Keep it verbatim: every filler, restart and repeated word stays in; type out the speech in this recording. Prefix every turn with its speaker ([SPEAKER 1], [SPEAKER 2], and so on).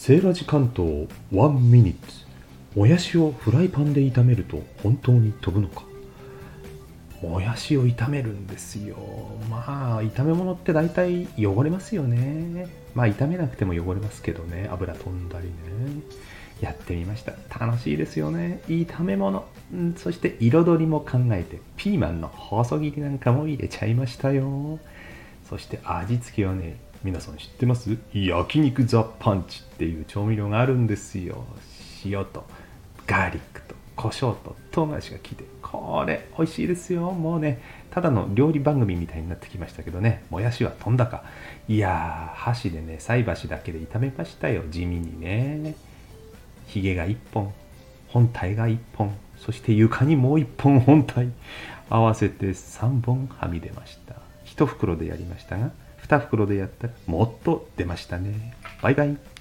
[SPEAKER 1] セーラジ関東ワンミニッツ。もやしをフライパンで炒めると本当に飛ぶのか。もやしを炒めるんですよ。まあ炒め物って大体汚れますよね。まあ炒めなくても汚れますけどね、油飛んだりね。やってみました。楽しいですよね。炒め物、うん、そして彩りも考えてピーマンの細切りなんかも入れちゃいましたよ。そして味付けはね、皆さん知ってます？焼肉ザパンチっていう調味料があるんですよ。塩とガーリックと胡椒と唐辛子が効いて、これ美味しいですよ。もうね、ただの料理番組みたいになってきましたけどね。もやしは飛んだか。いやー、箸でね、菜箸だけで炒めましたよ。地味にね。ひげがいっぽん、本体がいっぽん、そして床にもういっぽん本体、合わせてさんぼんはみ出ました。いち袋でやりましたが、に袋でやったらもっと出ましたね。バイバイ。